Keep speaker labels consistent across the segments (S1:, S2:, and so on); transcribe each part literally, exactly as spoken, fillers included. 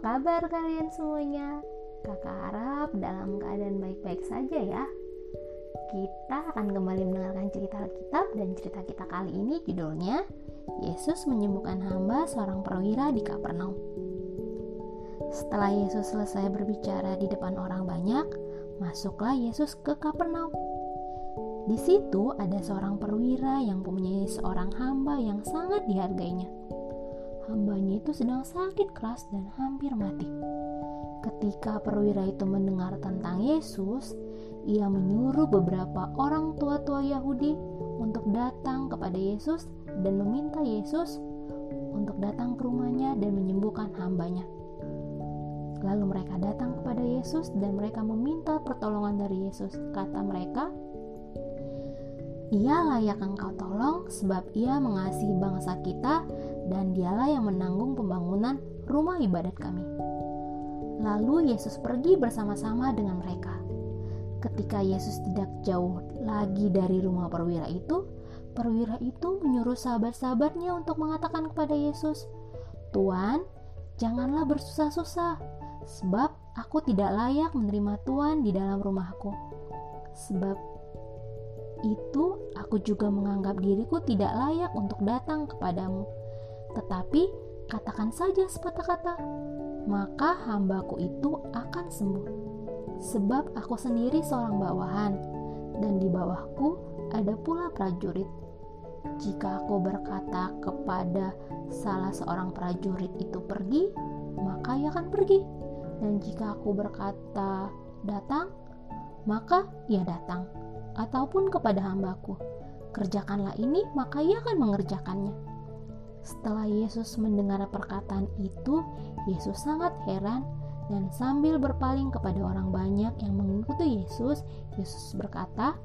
S1: kabar kalian semuanya? Kakak harap dalam keadaan baik-baik saja ya. Kita akan kembali mendengarkan cerita Alkitab, dan cerita kita kali ini judulnya Yesus menyembuhkan hamba seorang perwira di Kapernaum. Setelah Yesus selesai berbicara di depan orang banyak, masuklah Yesus ke Kapernaum. Di situ ada seorang perwira yang mempunyai seorang hamba yang sangat dihargainya. Hambanya itu sedang sakit keras dan hampir mati. Ketika perwira itu mendengar tentang Yesus, ia menyuruh beberapa orang tua-tua Yahudi untuk datang kepada Yesus dan meminta Yesus untuk datang ke rumahnya dan menyembuhkan hambanya. Lalu mereka datang kepada Yesus dan mereka meminta pertolongan dari Yesus. Kata mereka, "Ia layak engkau tolong sebab ia mengasihi bangsa kita dan dialah yang menanggung pembangunan rumah ibadat kami." Lalu Yesus pergi bersama-sama dengan mereka. Ketika Yesus tidak jauh lagi dari rumah perwira itu, perwira itu menyuruh sahabat-sahabatnya untuk mengatakan kepada Yesus, "Tuan, janganlah bersusah-susah, sebab aku tidak layak menerima Tuan di dalam rumahku. Sebab itu aku juga menganggap diriku tidak layak untuk datang kepadamu. Tetapi katakan saja sepatah kata, maka hambaku itu akan sembuh. Sebab aku sendiri seorang bawahan, dan di bawahku ada pula prajurit. Jika aku berkata kepada salah seorang prajurit itu pergi, maka ia akan pergi. Dan jika aku berkata datang, maka ia datang. Ataupun kepada hambaku, kerjakanlah ini, maka ia akan mengerjakannya." Setelah Yesus mendengar perkataan itu, Yesus sangat heran, dan sambil berpaling kepada orang banyak yang mengikuti Yesus, Yesus berkata,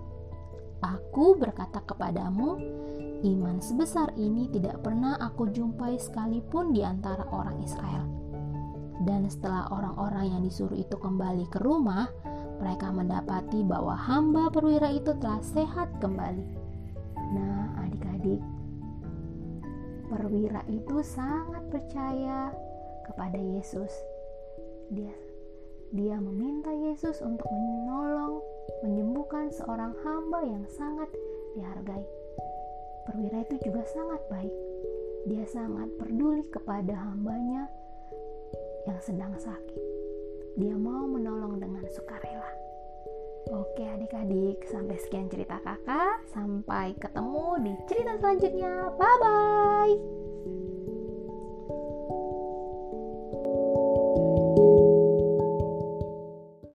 S1: "Aku berkata kepadamu, iman sebesar ini tidak pernah aku jumpai sekalipun di antara orang Israel." Dan setelah orang-orang yang disuruh itu kembali ke rumah, mereka mendapati bahwa hamba perwira itu telah sehat kembali. Nah, adik-adik, perwira itu sangat percaya kepada Yesus. Dia dia meminta Yesus untuk menolong, menyembuhkan seorang hamba yang sangat dihargai. Perwira itu juga sangat baik. Dia sangat peduli kepada hambanya yang sedang sakit. Dia mau menolong dengan sukarela. Oke adik-adik, sampai sekian cerita kakak. Sampai ketemu di cerita selanjutnya. Bye-bye.